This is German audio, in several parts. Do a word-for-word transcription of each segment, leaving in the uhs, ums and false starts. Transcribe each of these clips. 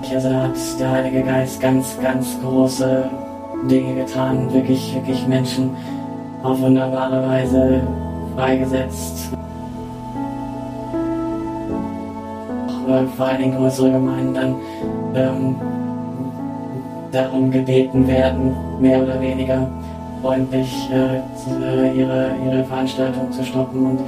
Also hat der Heilige Geist ganz, ganz große Dinge getan, wirklich, wirklich Menschen auf wunderbare Weise freigesetzt. Auch, vor allen Dingen größere Gemeinden dann ähm, darum gebeten werden, mehr oder weniger freundlich äh, ihre, ihre Veranstaltung zu stoppen. Und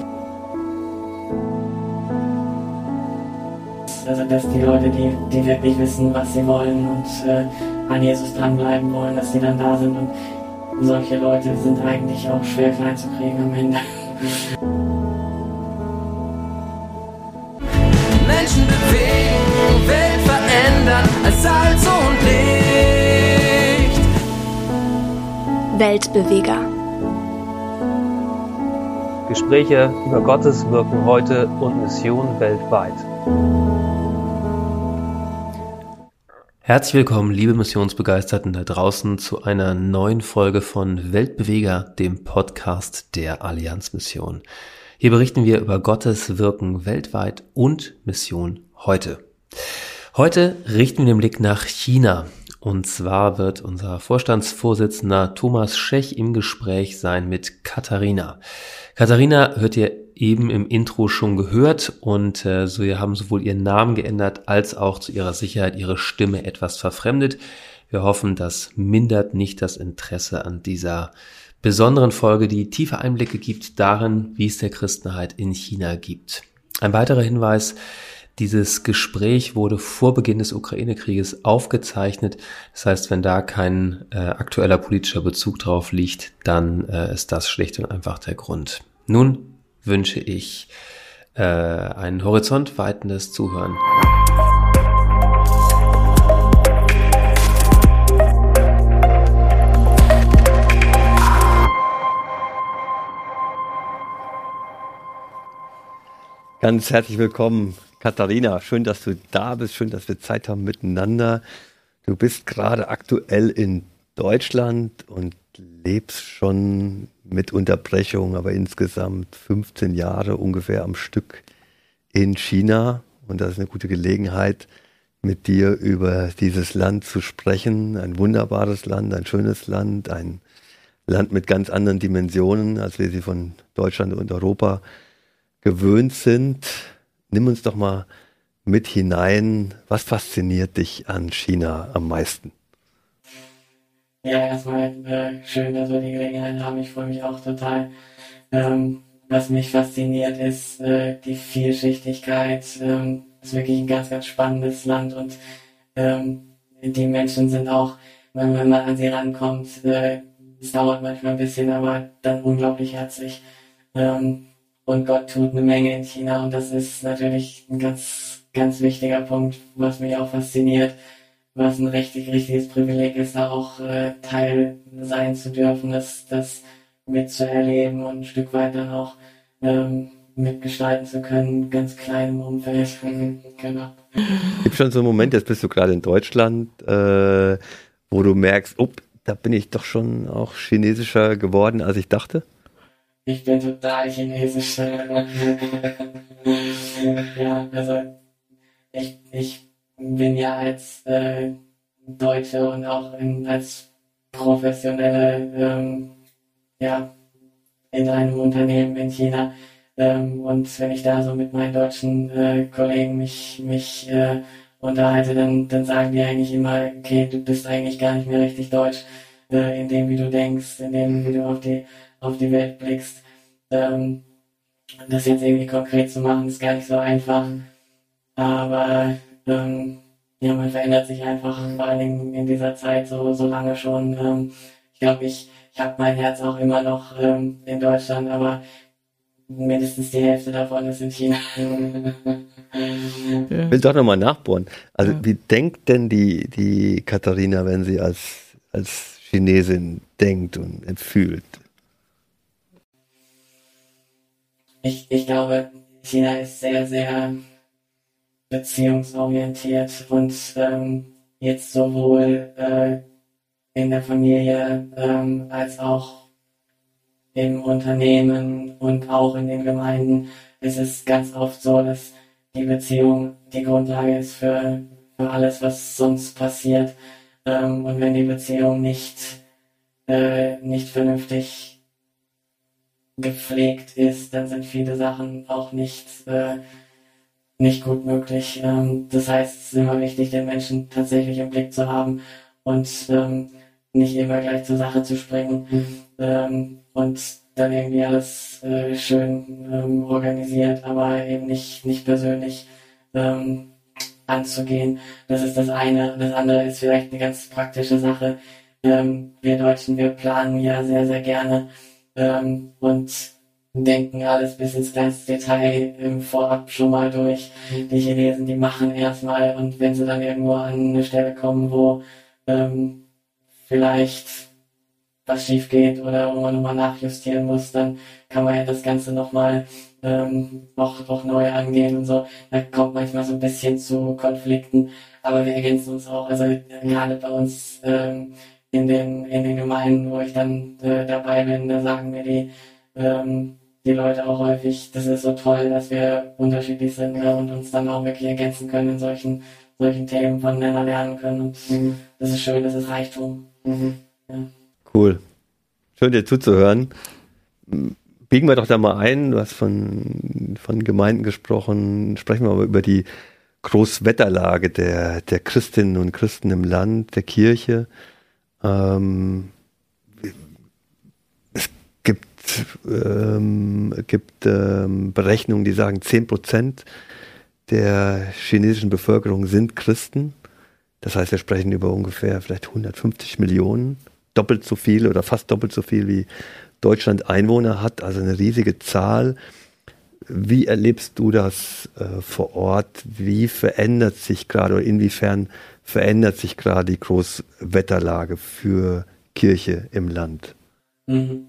also dass die Leute, die, die wirklich wissen, was sie wollen und äh, an Jesus dranbleiben wollen, dass sie dann da sind. Und solche Leute sind eigentlich auch schwer klein zu kriegen am Ende. Menschen bewegen, Welt verändern, als Salz und Licht. Weltbeweger. Gespräche über Gottes Wirken heute und Mission weltweit. Herzlich willkommen, liebe Missionsbegeisterten da draußen, zu einer neuen Folge von Weltbeweger, dem Podcast der Allianzmission. Hier berichten wir über Gottes Wirken weltweit und Mission heute. Heute richten wir den Blick nach China. Und zwar wird unser Vorstandsvorsitzender Thomas Schech im Gespräch sein mit Katharina. Katharina hört ihr eben im Intro schon gehört und äh, so wir haben sowohl ihren Namen geändert als auch zu ihrer Sicherheit ihre Stimme etwas verfremdet. Wir hoffen, das mindert nicht das Interesse an dieser besonderen Folge, die tiefe Einblicke gibt darin, wie es der Christenheit in China gibt. Ein weiterer Hinweis: Dieses Gespräch wurde vor Beginn des Ukraine-Krieges aufgezeichnet. Das heißt, wenn da kein äh, aktueller politischer Bezug drauf liegt, dann äh, ist das schlicht und einfach der Grund. Nun wünsche ich äh, ein horizontweitendes Zuhören. Ganz herzlich willkommen, Katharina. Schön, dass du da bist. Schön, dass wir Zeit haben miteinander. Du bist gerade aktuell in Deutschland und lebst schon mit Unterbrechung, aber insgesamt fünfzehn Jahre ungefähr am Stück in China. Und das ist eine gute Gelegenheit, mit dir über dieses Land zu sprechen. Ein wunderbares Land, ein schönes Land, ein Land mit ganz anderen Dimensionen, als wir sie von Deutschland und Europa gewöhnt sind. Nimm uns doch mal mit hinein. Was fasziniert dich an China am meisten? Ja, erstmal äh, schön, dass wir die Gelegenheit haben. Ich freue mich auch total. Ähm, was mich fasziniert, ist äh, die Vielschichtigkeit. Ähm, es ist wirklich ein ganz, ganz spannendes Land und ähm, die Menschen sind auch, wenn, wenn man an sie rankommt, äh, es dauert manchmal ein bisschen, aber dann unglaublich herzlich. Ähm, und Gott tut eine Menge in China und das ist natürlich ein ganz, ganz wichtiger Punkt, was mich auch fasziniert. Was ein richtig, richtiges Privileg ist, da auch äh, Teil sein zu dürfen, das, das mitzuerleben und ein Stück weit dann auch ähm, mitgestalten zu können, ganz klein im Umfeld. Genau. Gibt schon so einen Moment, jetzt bist du gerade in Deutschland, äh, wo du merkst, oh, da bin ich doch schon auch chinesischer geworden, als ich dachte? Ich bin total chinesisch. Ja, also ich, ich bin ja als äh, Deutsche und auch in, als Professionelle ähm, ja, in einem Unternehmen in China. Ähm, und wenn ich da so mit meinen deutschen äh, Kollegen mich, mich äh, unterhalte, dann, dann sagen die eigentlich immer, okay, du bist eigentlich gar nicht mehr richtig deutsch, äh, in dem, wie du denkst, in dem, wie du auf die, auf die Welt blickst. Ähm, das jetzt irgendwie konkret zu machen, ist gar nicht so einfach. Aber Ähm, ja, man verändert sich einfach, vor allen Dingen in dieser Zeit so, so lange schon. Ähm, ich glaube, ich, ich habe mein Herz auch immer noch ähm, in Deutschland, aber mindestens die Hälfte davon ist in China. Ich will doch nochmal nachbohren. Also ja. Wie denkt denn die, die Katharina, wenn sie als, als Chinesin denkt und fühlt? Ich, ich glaube, China ist sehr, sehr beziehungsorientiert und ähm, jetzt sowohl äh, in der Familie ähm, als auch im Unternehmen und auch in den Gemeinden ist es ganz oft so, dass die Beziehung die Grundlage ist für, für alles, was sonst passiert. Ähm, und wenn die Beziehung nicht, äh, nicht vernünftig gepflegt ist, dann sind viele Sachen auch nicht, äh, nicht gut möglich. Ähm, das heißt, es ist immer wichtig, den Menschen tatsächlich im Blick zu haben und ähm, nicht immer gleich zur Sache zu springen ähm, und dann irgendwie alles äh, schön ähm, organisiert, aber eben nicht, nicht persönlich ähm, anzugehen. Das ist das eine. Das andere ist vielleicht eine ganz praktische Sache. Ähm, wir Deutschen, wir planen ja sehr, sehr gerne ähm, und denken alles bis ins kleinste Detail im Vorab schon mal durch. Die Chinesen, die machen erstmal, und wenn sie dann irgendwo an eine Stelle kommen, wo ähm, vielleicht was schief geht oder wo man nochmal nachjustieren muss, dann kann man ja das Ganze nochmal ähm, noch, noch neu angehen und so. Da kommt manchmal so ein bisschen zu Konflikten, aber wir ergänzen uns auch. Also gerade bei uns ähm, in den in den Gemeinden, wo ich dann äh, dabei bin, da sagen mir die ähm, die Leute auch häufig, das ist so toll, dass wir unterschiedlich sind, ne, und uns dann auch wirklich ergänzen können in solchen solchen Themen, voneinander lernen können. Und mhm. das ist schön, das ist Reichtum. Mhm. Ja. Cool. Schön, dir zuzuhören. Biegen wir doch da mal ein. Du hast von, von Gemeinden gesprochen. Sprechen wir mal über die Großwetterlage der, der Christinnen und Christen im Land, der Kirche. Ähm, es gibt, ähm, gibt ähm, Berechnungen, die sagen, zehn Prozent der chinesischen Bevölkerung sind Christen. Das heißt, wir sprechen über ungefähr vielleicht hundertfünfzig Millionen. Doppelt so viel oder fast doppelt so viel wie Deutschland Einwohner hat, also eine riesige Zahl. Wie erlebst du das äh, vor Ort? Wie verändert sich gerade oder inwiefern verändert sich gerade die Großwetterlage für Kirche im Land? Mhm.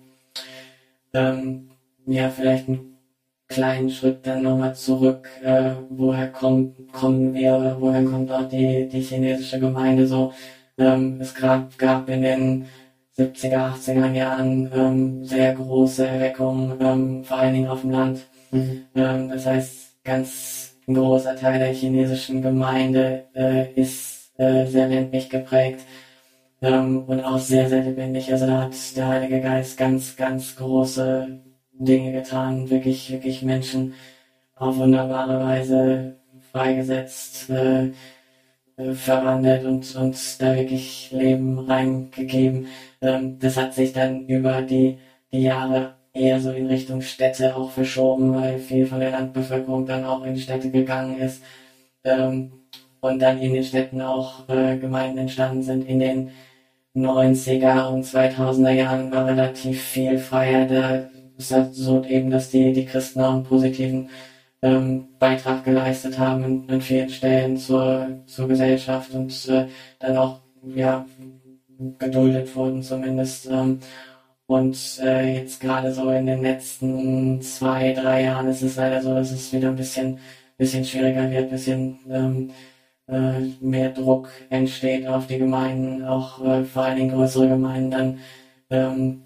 Ähm, ja, vielleicht einen kleinen Schritt dann nochmal zurück. Äh, woher kommt, kommen wir oder woher kommt auch die, die chinesische Gemeinde so? Ähm, es gab, gab in den siebziger, achtziger Jahren ähm, sehr große Erweckungen, ähm, vor allen Dingen auf dem Land. Mhm. Ähm, das heißt, ganz ein großer Teil der chinesischen Gemeinde äh, ist äh, sehr ländlich geprägt ähm, und auch sehr, sehr lebendig. Also da hat der Heilige Geist ganz, ganz große Dinge getan, wirklich, wirklich Menschen auf wunderbare Weise freigesetzt, äh, verwandelt und, und da wirklich Leben reingegeben. Ähm, das hat sich dann über die, die Jahre eher so in Richtung Städte auch verschoben, weil viel von der Landbevölkerung dann auch in die Städte gegangen ist. Ähm, und dann in den Städten auch äh, Gemeinden entstanden sind. In den neunziger und zweitausender Jahren war relativ viel Freiheit. Da ist das so eben, dass die, die Christen auch einen positiven Ähm, Beitrag geleistet haben in, in vielen Stellen zur, zur Gesellschaft und äh, dann auch ja, geduldet wurden zumindest. Ähm, und äh, jetzt gerade so in den letzten zwei, drei Jahren ist es leider so, dass es wieder ein bisschen, bisschen schwieriger wird, ein bisschen ähm, äh, mehr Druck entsteht auf die Gemeinden, auch äh, vor allen Dingen größere Gemeinden dann ähm,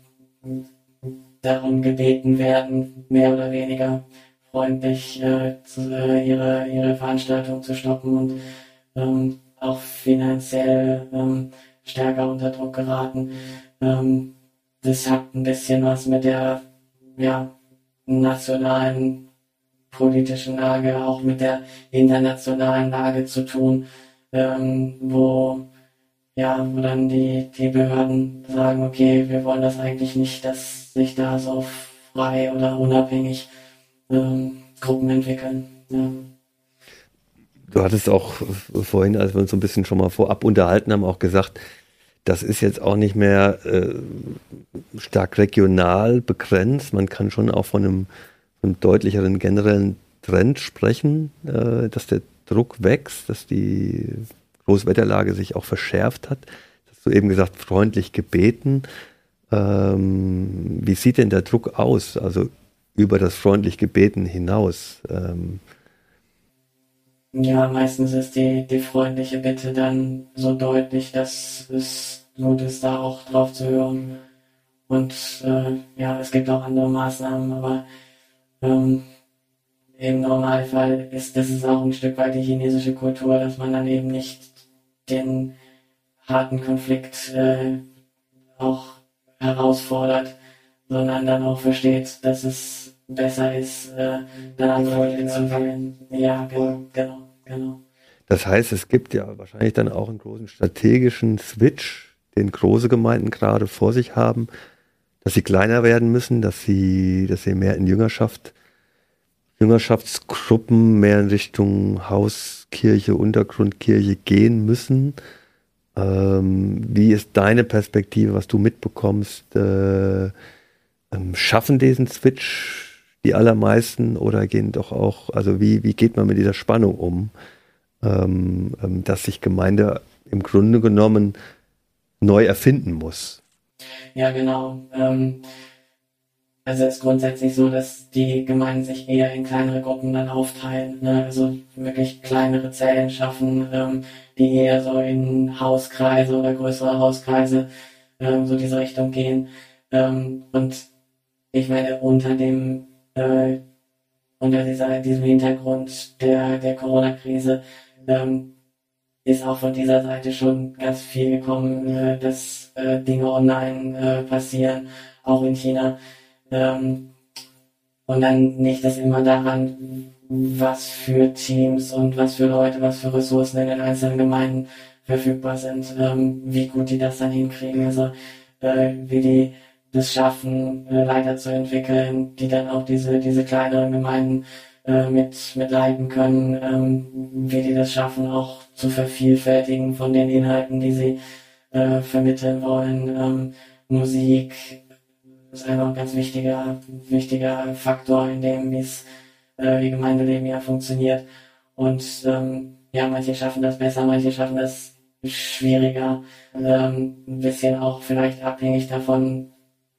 darum gebeten werden, mehr oder weniger freundlich äh, zu, äh, ihre, ihre Veranstaltung zu stoppen und ähm, auch finanziell ähm, stärker unter Druck geraten. Ähm, das hat ein bisschen was mit der ja, nationalen politischen Lage, auch mit der internationalen Lage zu tun, ähm, wo ja, wo dann die, die Behörden sagen, okay, wir wollen das eigentlich nicht, dass sich da so frei oder unabhängig Ähm, Gruppen entwickeln. Ja. Du hattest auch vorhin, als wir uns so ein bisschen schon mal vorab unterhalten haben, auch gesagt, das ist jetzt auch nicht mehr äh, stark regional begrenzt. Man kann schon auch von einem, von einem deutlicheren generellen Trend sprechen, äh, dass der Druck wächst, dass die Großwetterlage sich auch verschärft hat. Hast du eben gesagt, freundlich gebeten. Ähm, wie sieht denn der Druck aus? Also über das freundlich Gebeten hinaus. Ähm. Ja, meistens ist die, die freundliche Bitte dann so deutlich, dass es gut ist, da auch drauf zu hören. Und äh, ja, es gibt auch andere Maßnahmen, aber ähm, im Normalfall ist das ist auch ein Stück weit die chinesische Kultur, dass man dann eben nicht den harten Konflikt äh, auch herausfordert, sondern dann auch versteht, dass es besser ist, äh, dann andere Wege zu wählen. Ja, genau, genau, genau. Das heißt, es gibt ja wahrscheinlich dann auch einen großen strategischen Switch, den große Gemeinden gerade vor sich haben, dass sie kleiner werden müssen, dass sie, dass sie mehr in Jüngerschaft, Jüngerschaftsgruppen mehr in Richtung Hauskirche, Untergrundkirche gehen müssen. Ähm, wie ist deine Perspektive, was du mitbekommst? Äh, ähm, schaffen diesen Switch die allermeisten oder gehen doch auch, also wie, wie geht man mit dieser Spannung um, ähm, ähm, dass sich Gemeinde im Grunde genommen neu erfinden muss? Ja, genau. Ähm, also es ist grundsätzlich so, dass die Gemeinden sich eher in kleinere Gruppen dann aufteilen, ne? Also wirklich kleinere Zellen schaffen, ähm, die eher so in Hauskreise oder größere Hauskreise ähm, so diese Richtung gehen. Ähm, und ich meine, unter dem äh, unter dieser, diesem Hintergrund der, der Corona-Krise ähm, ist auch von dieser Seite schon ganz viel gekommen, äh, dass äh, Dinge online äh, passieren, auch in China. Ähm, und dann nicht das immer daran, was für Teams und was für Leute, was für Ressourcen in den einzelnen Gemeinden verfügbar sind, ähm, wie gut die das dann hinkriegen, also äh, wie die das schaffen, äh, Leiter zu entwickeln, die dann auch diese diese kleineren Gemeinden äh, mit mit leiten können, ähm, wie die das schaffen, auch zu vervielfältigen von den Inhalten, die sie äh, vermitteln wollen. Ähm, Musik ist einfach ein ganz wichtiger wichtiger Faktor in dem, wie es äh, wie Gemeindeleben ja funktioniert. Und ähm, ja, manche schaffen das besser, manche schaffen das schwieriger, ähm, ein bisschen auch vielleicht abhängig davon,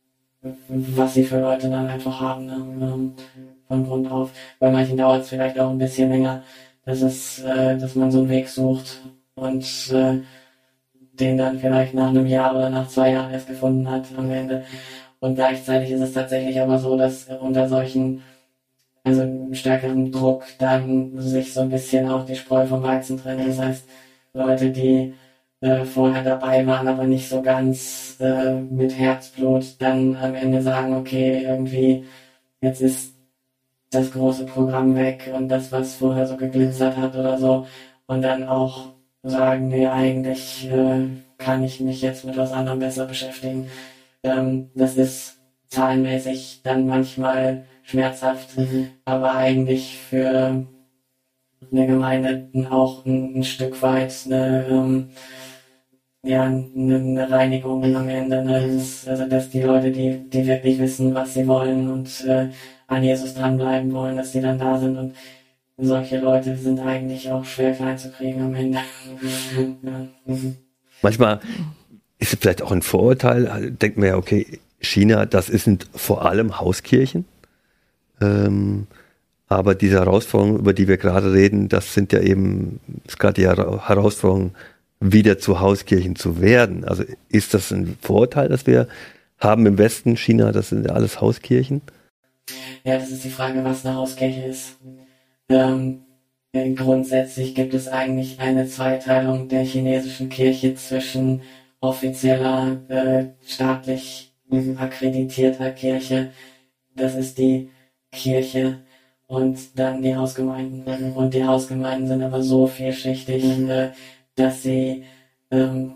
was sie für Leute dann einfach haben, ne? ähm, von Grund auf. Bei manchen dauert es vielleicht auch ein bisschen länger, dass es, äh, dass man so einen Weg sucht und äh, den dann vielleicht nach einem Jahr oder nach zwei Jahren erst gefunden hat am Ende. Und gleichzeitig ist es tatsächlich aber so, dass unter solchen, also einem stärkeren Druck dann sich so ein bisschen auch die Spreu vom Weizen trennen. Das heißt, Leute, die äh, vorher dabei waren, aber nicht so ganz äh, mit Herzblut, dann am Ende sagen, okay, irgendwie, jetzt ist das große Programm weg und das, was vorher so geglitzert hat oder so, und dann auch sagen, nee, eigentlich äh, kann ich mich jetzt mit was anderem besser beschäftigen. Ähm, das ist zahlenmäßig dann manchmal schmerzhaft, mhm. aber eigentlich für eine Gemeinde auch ein, ein Stück weit eine, ähm, ja, eine, eine Reinigung am Ende. Ne? Das, also dass die Leute, die, die wirklich wissen, was sie wollen und äh, an Jesus dranbleiben wollen, dass die dann da sind, und solche Leute sind eigentlich auch schwer klein zu kriegen am Ende. Ja. Mhm. Manchmal ist es vielleicht auch ein Vorurteil, denkt man ja, okay, China, das sind vor allem Hauskirchen. Ähm, aber diese Herausforderungen, über die wir gerade reden, das sind ja eben, ist gerade die Herausforderung, wieder zu Hauskirchen zu werden. Also ist das ein Vorurteil, das wir haben im Westen, China, das sind ja alles Hauskirchen? Ja, das ist die Frage, was eine Hauskirche ist. Ähm, grundsätzlich gibt es eigentlich eine Zweiteilung der chinesischen Kirche zwischen offizieller, äh, staatlich akkreditierter Kirche. Das ist die Kirche und dann die Hausgemeinden. Und die Hausgemeinden sind aber so vielschichtig, äh, dass sie ähm,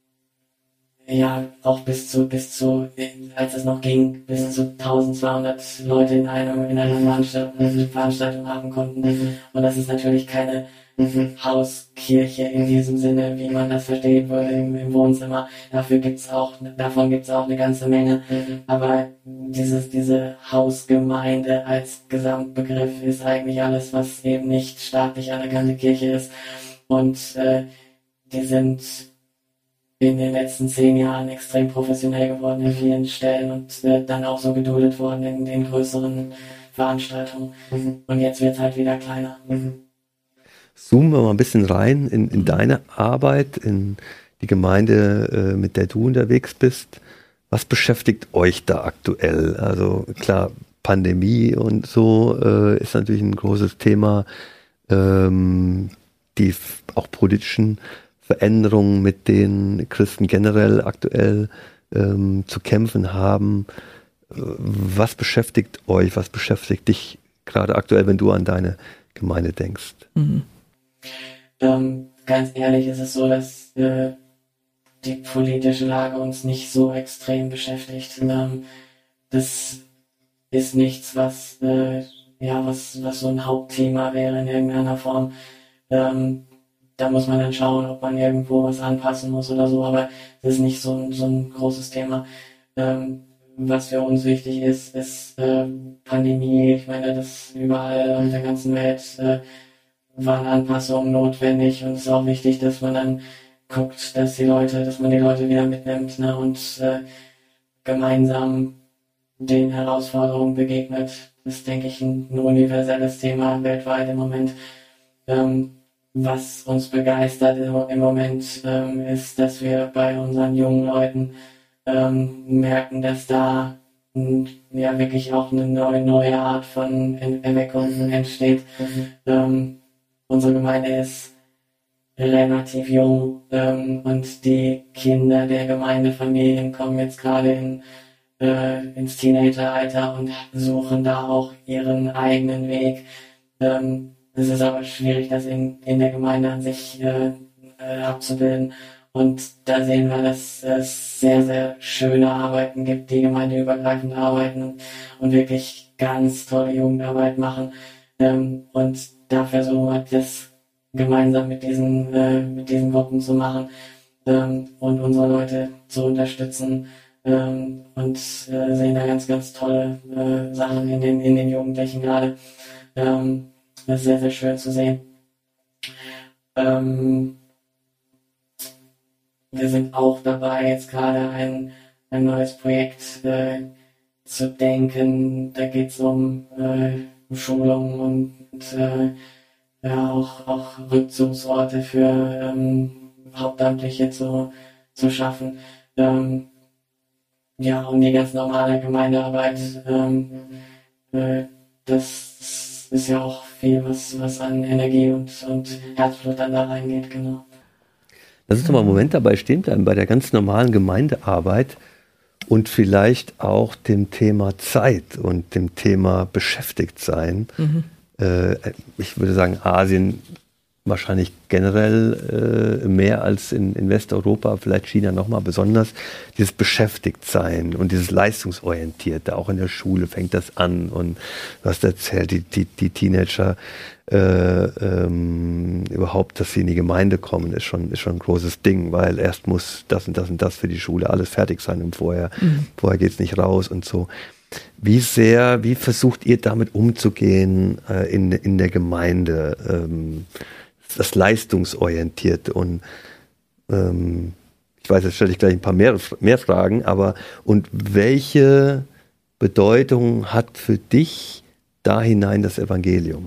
ja auch bis zu, bis zu, als es noch ging, bis zu eintausendzweihundert Leute in einem, in einer Veranstaltung, Veranstaltung haben konnten. Und das ist natürlich keine Hauskirche in diesem Sinne, wie man das verstehen würde im, im Wohnzimmer. Dafür gibt's auch, davon gibt's auch eine ganze Menge. Aber dieses, diese Hausgemeinde als Gesamtbegriff ist eigentlich alles, was eben nicht staatlich anerkannte Kirche ist. Und äh, die sind in den letzten zehn Jahren extrem professionell geworden in vielen Stellen und äh, dann auch so geduldet worden in den größeren Veranstaltungen. Mhm. Und jetzt wird's halt wieder kleiner. Mhm. Zoomen wir mal ein bisschen rein in, in deine Arbeit, in die Gemeinde, äh, mit der du unterwegs bist. Was beschäftigt euch da aktuell? Also klar, Pandemie und so äh, ist natürlich ein großes Thema. Ähm, die auch politischen Veränderungen, mit denen Christen generell aktuell ähm, zu kämpfen haben. Was beschäftigt euch, was beschäftigt dich gerade aktuell, wenn du an deine Gemeinde denkst? Mhm. Ähm, ganz ehrlich ist es so, dass äh, die politische Lage uns nicht so extrem beschäftigt. Ähm, das ist nichts, was, äh, ja, was, was so ein Hauptthema wäre in irgendeiner Form. Ähm, da muss man dann schauen, ob man irgendwo was anpassen muss oder so, aber das ist nicht so ein, so ein großes Thema. Ähm, was für uns wichtig ist, ist äh, Pandemie. Ich meine, das überall auf der ganzen Welt äh, waren Anpassungen notwendig und es ist auch wichtig, dass man dann guckt, dass die Leute, dass man die Leute wieder mitnimmt, ne, und äh, gemeinsam den Herausforderungen begegnet. Das ist, denke ich, ein, ein universelles Thema weltweit im Moment. Ähm, was uns begeistert im, im Moment ähm, ist, dass wir bei unseren jungen Leuten ähm, merken, dass da m, ja wirklich auch eine neue, neue Art von Erweckung entsteht. Mhm. Ähm, unsere Gemeinde ist relativ jung ähm, und die Kinder der Gemeindefamilien kommen jetzt gerade in, äh, ins Teenageralter und suchen da auch ihren eigenen Weg. Ähm, es ist aber schwierig, das in, in der Gemeinde an sich äh, äh, abzubilden. Und da sehen wir, dass es sehr, sehr schöne Arbeiten gibt, die gemeindeübergreifend arbeiten und, und wirklich ganz tolle Jugendarbeit machen. Ähm, und da versuchen wir das gemeinsam mit diesen, äh, mit diesen Gruppen zu machen ähm, und unsere Leute zu unterstützen ähm, und äh, sehen da ganz, ganz tolle äh, Sachen in den, in den Jugendlichen gerade. Ähm, das ist sehr, sehr schön zu sehen. Ähm, wir sind auch dabei, jetzt gerade ein, ein neues Projekt äh, zu denken. Da geht es um äh, Schulungen und äh, ja, auch, auch Rückzugsorte für ähm, Hauptamtliche zu, zu schaffen. Ähm, ja, und die ganz normale Gemeindearbeit, ähm, äh, das ist ja auch viel, was, was an Energie und, und Herzblut dann da reingeht, genau. Lass uns doch mal einen Moment dabei stehen bleiben, bei der ganz normalen Gemeindearbeit und vielleicht auch dem Thema Zeit und dem Thema Beschäftigtsein. Mhm. Äh, ich würde sagen, Asien wahrscheinlich generell äh, mehr als in, in Westeuropa, vielleicht China nochmal besonders, dieses Beschäftigtsein und dieses Leistungsorientierte, auch in der Schule fängt das an und du hast erzählt, die, die, die Teenager äh, ähm, überhaupt, dass sie in die Gemeinde kommen, ist schon, ist schon ein großes Ding, weil erst muss das und das und das für die Schule alles fertig sein und vorher, mhm. vorher geht's nicht raus und so. Wie sehr, wie versucht ihr damit umzugehen äh, in, in der Gemeinde? Ähm, das leistungsorientiert und ähm, ich weiß, jetzt stelle ich gleich ein paar mehr, mehr Fragen, aber und welche Bedeutung hat für dich da hinein das Evangelium?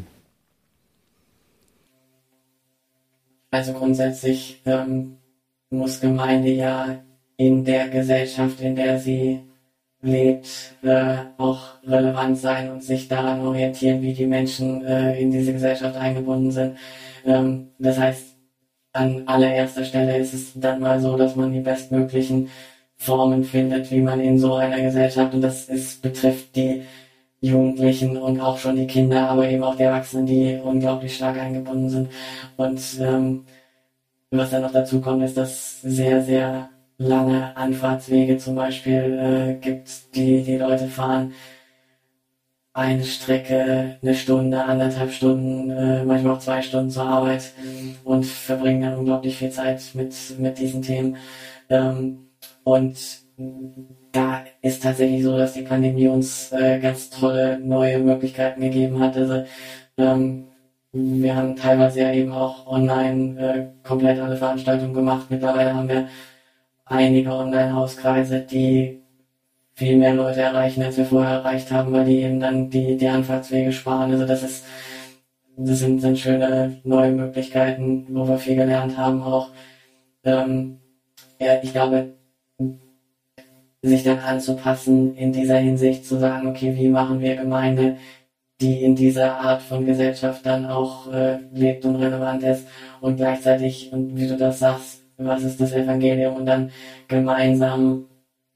Also grundsätzlich ähm, muss Gemeinde ja in der Gesellschaft, in der sie lebt, äh, auch relevant sein und sich daran orientieren, wie die Menschen äh, in diese Gesellschaft eingebunden sind. Ähm, das heißt, an allererster Stelle ist es dann mal so, dass man die bestmöglichen Formen findet, wie man in so einer Gesellschaft, und das ist, betrifft die Jugendlichen und auch schon die Kinder, aber eben auch die Erwachsenen, die unglaublich stark eingebunden sind. Und ähm, was dann noch dazu kommt, ist, dass sehr, sehr lange Anfahrtswege zum Beispiel äh, gibt, die die Leute fahren. Eine Strecke, eine Stunde, anderthalb Stunden, äh, manchmal auch zwei Stunden zur Arbeit und verbringen dann unglaublich viel Zeit mit, mit diesen Themen. Ähm, und da ist tatsächlich so, dass die Pandemie uns äh, ganz tolle neue Möglichkeiten gegeben hat. Also ähm, wir haben teilweise ja eben auch online äh, komplett alle Veranstaltungen gemacht. Mittlerweile haben wir einige Online-Hauskreise, die viel mehr Leute erreichen, als wir vorher erreicht haben, weil die eben dann die, die Anfahrtswege sparen. Also das ist, das sind, sind schöne neue Möglichkeiten, wo wir viel gelernt haben auch. Ähm, ja, ich glaube, sich dann anzupassen in dieser Hinsicht, zu sagen, okay, wie machen wir Gemeinde, die in dieser Art von Gesellschaft dann auch äh, lebt und relevant ist, und gleichzeitig, und wie du das sagst, was ist das Evangelium, und dann gemeinsam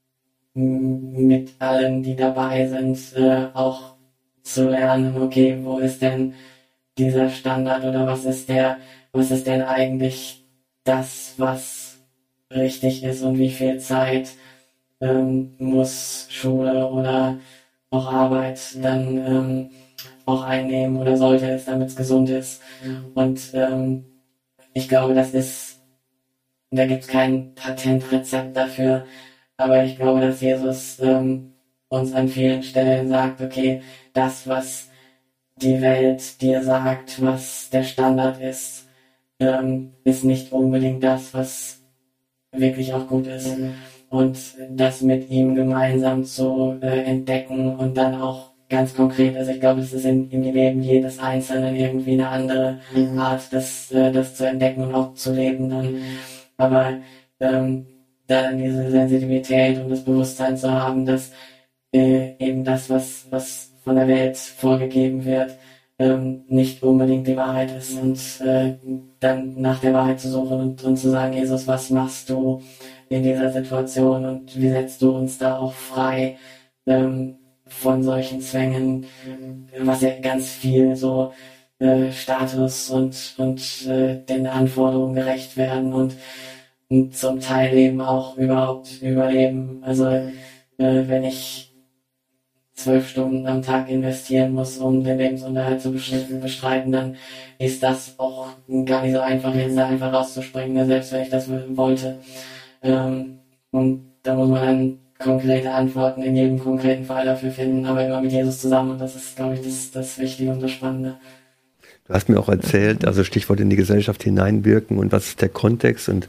m- mit allen, die dabei sind, äh, auch zu lernen, okay, wo ist denn dieser Standard, oder was ist der, was ist denn eigentlich das, was richtig ist, und wie viel Zeit ähm, muss Schule oder auch Arbeit dann ähm, auch einnehmen oder sollte es, damit es gesund ist. Und ähm, ich glaube, das ist, da gibt es kein Patentrezept dafür, aber ich glaube, dass Jesus ähm, uns an vielen Stellen sagt, okay, das, was die Welt dir sagt, was der Standard ist, ähm, ist nicht unbedingt das, was wirklich auch gut ist. Und das mit ihm gemeinsam zu äh, entdecken und dann auch ganz konkret, also ich glaube, es ist in, im Leben jedes Einzelnen irgendwie eine andere Art, das, äh, das zu entdecken und auch zu leben dann. Aber ähm, dann diese Sensibilität und das Bewusstsein zu haben, dass äh, eben das, was, was von der Welt vorgegeben wird, ähm, nicht unbedingt die Wahrheit ist, und äh, dann nach der Wahrheit zu suchen und, und zu sagen, Jesus, was machst du in dieser Situation und wie setzt du uns da auch frei ähm, von solchen Zwängen, was ja ganz viel so äh, Status und, und äh, den Anforderungen gerecht werden und, und zum Teil eben auch überhaupt überleben. Also äh, wenn ich zwölf Stunden am Tag investieren muss, um den Lebensunterhalt zu bestreiten, dann ist das auch gar nicht so einfach, jetzt da einfach rauszuspringen, selbst wenn ich das wollte. Ähm, und da muss man dann konkrete Antworten in jedem konkreten Fall dafür finden, aber immer mit Jesus zusammen, und das ist, glaube ich, das, das Wichtige und das Spannende. Du hast mir auch erzählt, also Stichwort in die Gesellschaft hineinwirken und was ist der Kontext und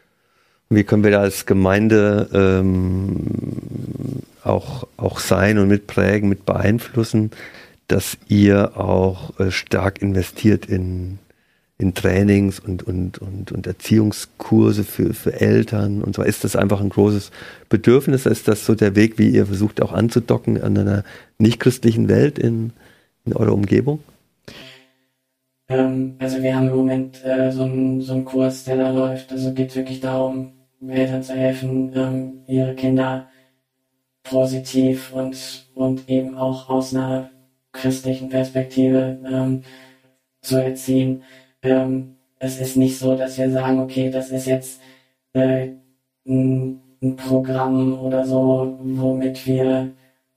wie können wir da als Gemeinde ähm, auch, auch sein und mitprägen, mit beeinflussen, dass ihr auch äh, stark investiert in in Trainings und, und, und, und Erziehungskurse für, für Eltern und so. Ist das einfach ein großes Bedürfnis? Ist das so der Weg, wie ihr versucht auch anzudocken an einer nicht-christlichen Welt in, in eurer Umgebung? Ähm, also wir haben im Moment äh, so einen so einen Kurs, der da läuft. Also geht wirklich darum, Eltern zu helfen, ähm, ihre Kinder positiv und, und eben auch aus einer christlichen Perspektive ähm, zu erziehen. Ähm, es ist nicht so, dass wir sagen, okay, das ist jetzt äh, ein, ein Programm oder so, womit wir,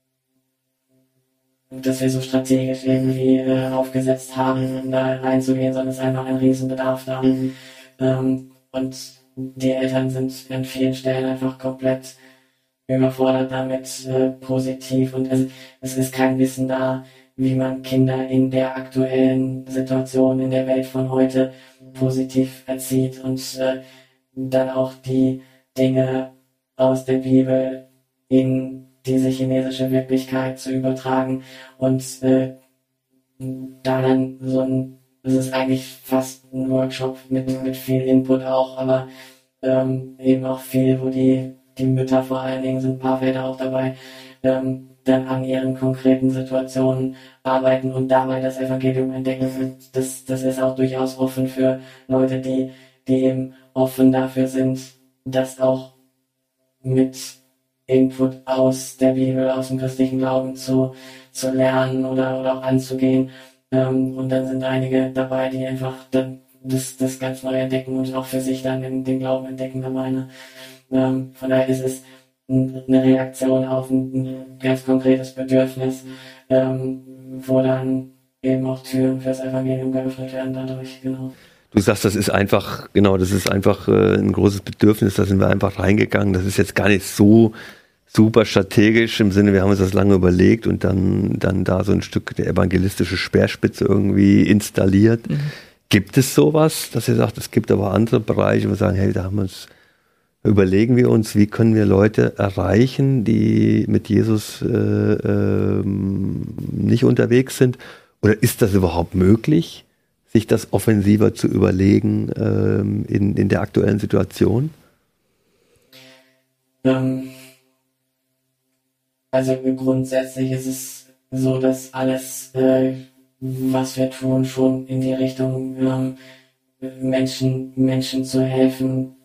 dass wir so strategisch irgendwie äh, aufgesetzt haben, um da reinzugehen, sondern es ist einfach ein Riesenbedarf da. Ähm, und die Eltern sind an vielen Stellen einfach komplett überfordert damit, äh, positiv, und es, es ist kein Wissen da, wie man Kinder in der aktuellen Situation in der Welt von heute positiv erzieht und äh, dann auch die Dinge aus der Bibel in diese chinesische Wirklichkeit zu übertragen und äh, da dann so ein, das ist eigentlich fast ein Workshop mit, mit viel Input auch, aber ähm, eben auch viel, wo die, die Mütter vor allen Dingen, sind ein paar Väter auch dabei, ähm, dann an ihren konkreten Situationen arbeiten und dabei das Evangelium entdecken. Das, das ist auch durchaus offen für Leute, die, die eben offen dafür sind, das auch mit Input aus der Bibel, aus dem christlichen Glauben zu, zu lernen oder, oder auch anzugehen. Ähm, und dann sind einige dabei, die einfach dann das, das ganz neu entdecken und auch für sich dann den, den Glauben entdecken dabei. Ne? Ähm, von daher ist es eine Reaktion auf ein ganz konkretes Bedürfnis, ähm, wo dann eben auch Türen fürs Evangelium geöffnet werden dadurch, genau. Du sagst, das ist einfach, genau, das ist einfach äh, ein großes Bedürfnis, da sind wir einfach reingegangen. Das ist jetzt gar nicht so super strategisch im Sinne, wir haben uns das lange überlegt und dann, dann da so ein Stück der evangelistische Speerspitze irgendwie installiert. Mhm. Gibt es sowas, dass ihr sagt, es gibt aber andere Bereiche, wo wir sagen, hey, da haben wir uns überlegen wir uns, wie können wir Leute erreichen, die mit Jesus äh, äh, nicht unterwegs sind? Oder ist das überhaupt möglich, sich das offensiver zu überlegen äh, in, in der aktuellen Situation? Ähm, also grundsätzlich ist es so, dass alles, äh, was wir tun, schon in die Richtung ähm, Menschen, Menschen zu helfen,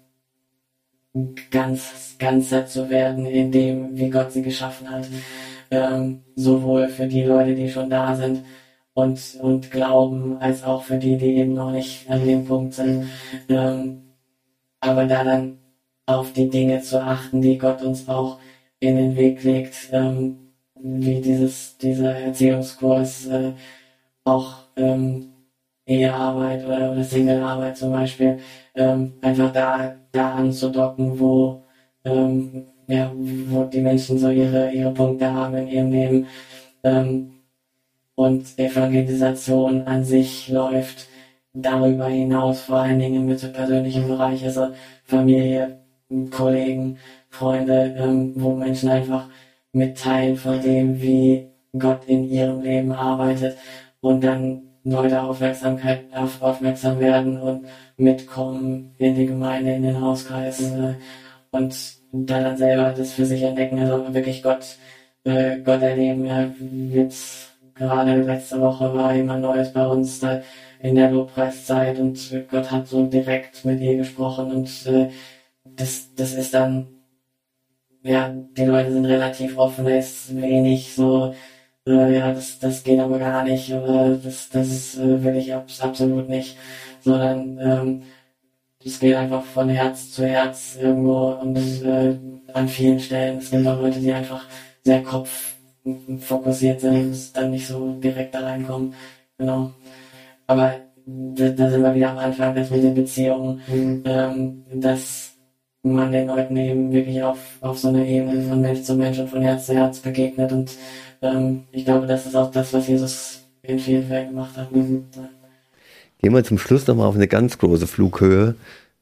ganz, ganzer zu werden in dem, wie Gott sie geschaffen hat. Ähm, sowohl für die Leute, die schon da sind und, und glauben, als auch für die, die eben noch nicht an dem Punkt sind. Ähm, aber da dann auf die Dinge zu achten, die Gott uns auch in den Weg legt, ähm, wie dieses, dieser Erziehungskurs, äh, auch ähm, Ehearbeit oder, oder Singlearbeit zum Beispiel, ähm, einfach da, da anzudocken, wo, ähm, ja, wo die Menschen so ihre, ihre Punkte haben in ihrem Leben. Ähm, und Evangelisation an sich läuft darüber hinaus, vor allen Dingen im persönlichen Bereich, also Familie, Kollegen, Freunde, ähm, wo Menschen einfach mitteilen von dem, wie Gott in ihrem Leben arbeitet und dann Leute Aufmerksamkeit, auf, aufmerksam werden und mitkommen in die Gemeinde, in den Hauskreis äh, und dann, dann selber das für sich entdecken, also wirklich Gott, äh, Gott erleben. Ja, jetzt gerade letzte Woche war jemand Neues bei uns da in der Lobpreiszeit und Gott hat so direkt mit ihr gesprochen und äh, das, das ist dann, ja, die Leute sind relativ offen, da ist wenig so, äh, ja, das, das geht aber gar nicht oder das, das äh, will ich abs- absolut nicht, sondern ähm, das geht einfach von Herz zu Herz irgendwo und äh, an vielen Stellen. Es gibt auch Leute, die einfach sehr kopffokussiert sind und dann nicht so direkt da reinkommen. Genau. Aber da, da sind wir wieder am Anfang, das mit den Beziehungen, ähm, dass man den Leuten eben wirklich auf, auf so einer Ebene von Mensch zu Mensch und von Herz zu Herz begegnet. Und ähm, ich glaube, das ist auch das, was Jesus in vielen Fällen gemacht hat. Mhm. Gehen wir zum Schluss nochmal auf eine ganz große Flughöhe.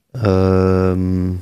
Ähm,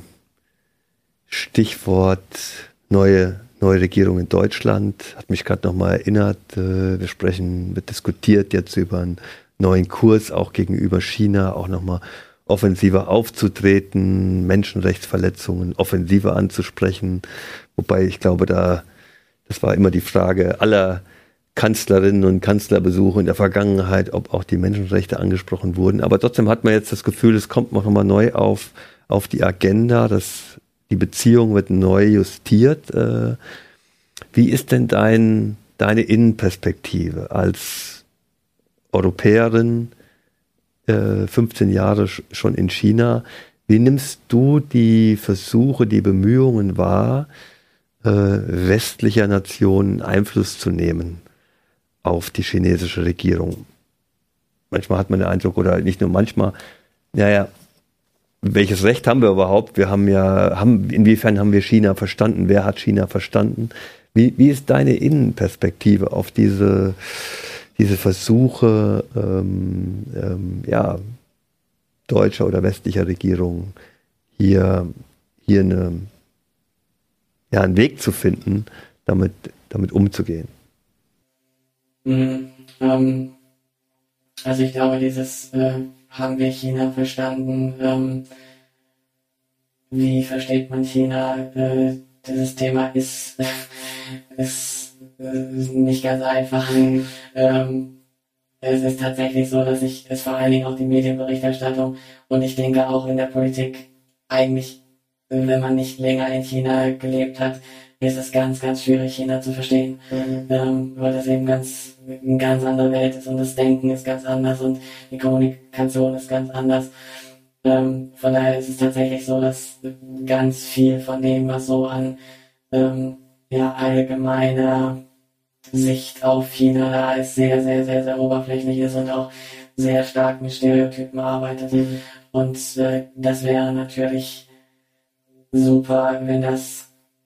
Stichwort neue, neue Regierung in Deutschland. Hat mich gerade nochmal erinnert. Äh, wir sprechen, wird diskutiert jetzt über einen neuen Kurs, auch gegenüber China, auch nochmal offensiver aufzutreten, Menschenrechtsverletzungen offensiver anzusprechen. Wobei ich glaube, da, das war immer die Frage aller Kanzlerinnen und Kanzlerbesuche in der Vergangenheit, ob auch die Menschenrechte angesprochen wurden. Aber trotzdem hat man jetzt das Gefühl, es kommt noch mal neu auf, auf die Agenda, dass die Beziehung wird neu justiert. Äh, wie ist denn dein, deine Innenperspektive als Europäerin, äh, fünfzehn Jahre schon in China? Wie nimmst du die Versuche, die Bemühungen wahr, äh, westlicher Nationen Einfluss zu nehmen auf die chinesische Regierung? Manchmal hat man den Eindruck, oder nicht nur manchmal, naja, welches Recht haben wir überhaupt? Wir haben ja, haben, inwiefern haben wir China verstanden? Wer hat China verstanden? Wie, wie ist deine Innenperspektive auf diese, diese Versuche, ähm, ähm, ja, deutscher oder westlicher Regierung hier, hier eine, ja, einen Weg zu finden, damit, damit umzugehen? Mhm. Ähm, also ich glaube, dieses äh, haben wir China verstanden, ähm, wie versteht man China, äh, dieses Thema ist, ist äh, nicht ganz einfach. Ähm, es ist tatsächlich so, dass ich es vor allen Dingen auch die Medienberichterstattung und ich denke auch in der Politik eigentlich, wenn man nicht länger in China gelebt hat, ist es ganz, ganz schwierig, China zu verstehen, ähm, weil das eben ganz, eine ganz andere Welt ist und das Denken ist ganz anders und die Kommunikation ist ganz anders. Ähm, von daher ist es tatsächlich so, dass ganz viel von dem, was so an ähm, ja, allgemeiner Sicht auf China da ist, sehr, sehr, sehr, sehr oberflächlich ist und auch sehr stark mit Stereotypen arbeitet. Und äh, das wäre natürlich super, wenn das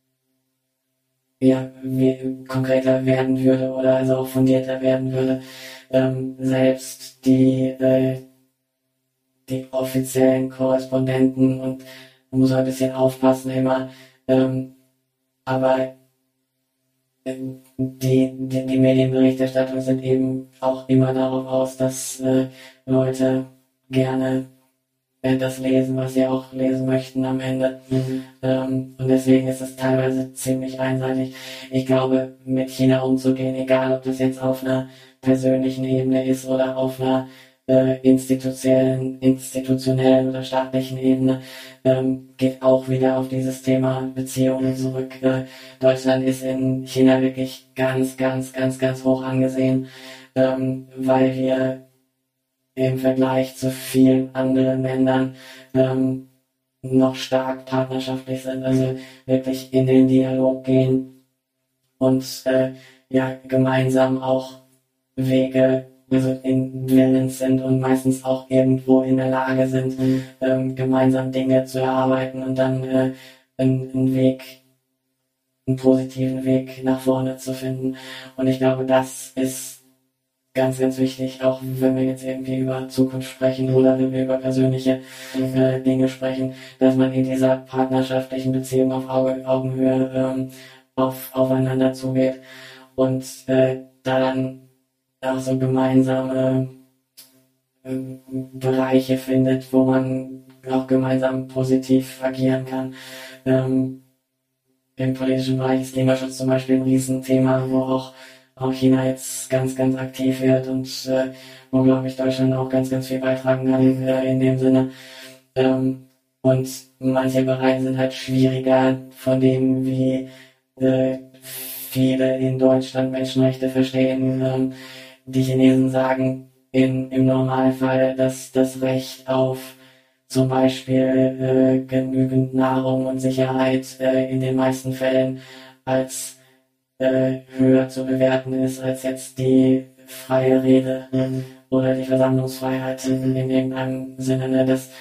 ja, wie, konkreter werden würde oder also auch fundierter werden würde. Ähm, selbst die, äh, die offiziellen Korrespondenten, und man muss ein bisschen aufpassen immer, ähm, aber ähm, die, die, die Medienberichterstattung sind eben auch immer darauf aus, dass äh, Leute gerne äh, das lesen, was sie auch lesen möchten am Ende. Mhm. Ähm, und deswegen ist es teilweise ziemlich einseitig. Ich glaube, mit China umzugehen, egal ob das jetzt auf einer persönlichen Ebene ist oder auf einer äh, institutionellen, institutionellen oder staatlichen Ebene, ähm, geht auch wieder auf dieses Thema Beziehungen zurück. Äh, Deutschland ist in China wirklich ganz, ganz, ganz, ganz hoch angesehen, ähm, weil wir im Vergleich zu vielen anderen Ländern ähm, noch stark partnerschaftlich sind, also wirklich in den Dialog gehen und äh, ja gemeinsam auch Wege, also in willens sind und meistens auch irgendwo in der Lage sind, mhm. ähm, gemeinsam Dinge zu erarbeiten und dann äh, einen, einen Weg, einen positiven Weg nach vorne zu finden. Und ich glaube, das ist ganz, ganz wichtig, auch wenn wir jetzt irgendwie über Zukunft sprechen oder wenn wir über persönliche äh, Dinge sprechen, dass man in dieser partnerschaftlichen Beziehung auf Auge, Augenhöhe ähm, auf, aufeinander zugeht und äh, da dann auch so gemeinsame äh, Bereiche findet, wo man auch gemeinsam positiv agieren kann. Ähm, Im politischen Bereich ist Klimaschutz zum Beispiel ein Riesenthema, wo auch auch China jetzt ganz, ganz aktiv wird und äh, wo, glaube ich, Deutschland auch ganz, ganz viel beitragen kann äh, in dem Sinne. Ähm, und manche Bereiche sind halt schwieriger von dem, wie äh, viele in Deutschland Menschenrechte verstehen. Ähm, die Chinesen sagen in, im Normalfall, dass das Recht auf zum Beispiel äh, genügend Nahrung und Sicherheit äh, in den meisten Fällen als höher zu bewerten ist als jetzt die freie Rede mhm. oder die Versammlungsfreiheit in, in irgendeinem Sinne, ne, dass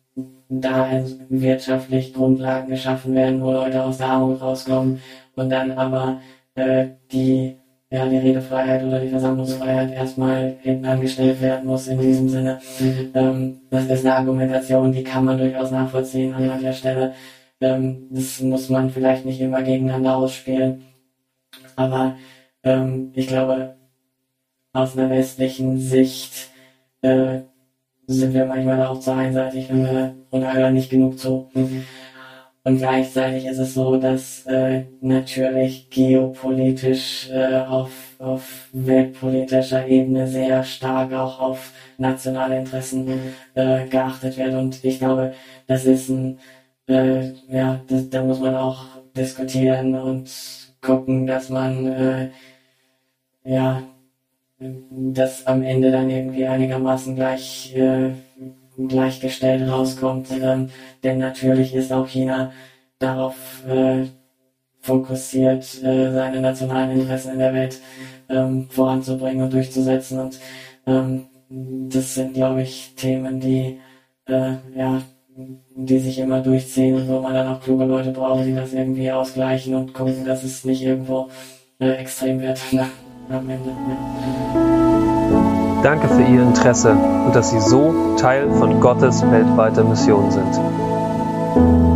da wirtschaftlich Grundlagen geschaffen werden, wo Leute aus der Armut rauskommen und dann aber äh, die, ja, die Redefreiheit oder die Versammlungsfreiheit erstmal hinten angestellt werden muss in diesem Sinne. Mhm. Ähm, das ist eine Argumentation, die kann man durchaus nachvollziehen an mancher Stelle. Ähm, das muss man vielleicht nicht immer gegeneinander ausspielen. Aber ähm, ich glaube, aus einer westlichen Sicht äh, sind wir manchmal auch zu einseitig wenn wir, und hören nicht genug zu. Mhm. Und gleichzeitig ist es so, dass äh, natürlich geopolitisch äh, auf, auf weltpolitischer Ebene sehr stark auch auf nationale Interessen mhm. äh, geachtet wird. Und ich glaube, das ist ein, äh, ja, das, da muss man auch diskutieren und gucken, dass man äh, ja dass am Ende dann irgendwie einigermaßen gleich äh, gleichgestellt rauskommt, ähm, denn natürlich ist auch China darauf äh, fokussiert, äh, seine nationalen Interessen in der Welt ähm, voranzubringen und durchzusetzen und ähm, das sind, glaube ich, Themen, die äh, ja die sich immer durchziehen und wo man dann auch kluge Leute braucht, die das irgendwie ausgleichen und gucken, dass es nicht irgendwo äh, extrem wird am Ende. Ja. Danke für Ihr Interesse und dass Sie so Teil von Gottes weltweiter Mission sind.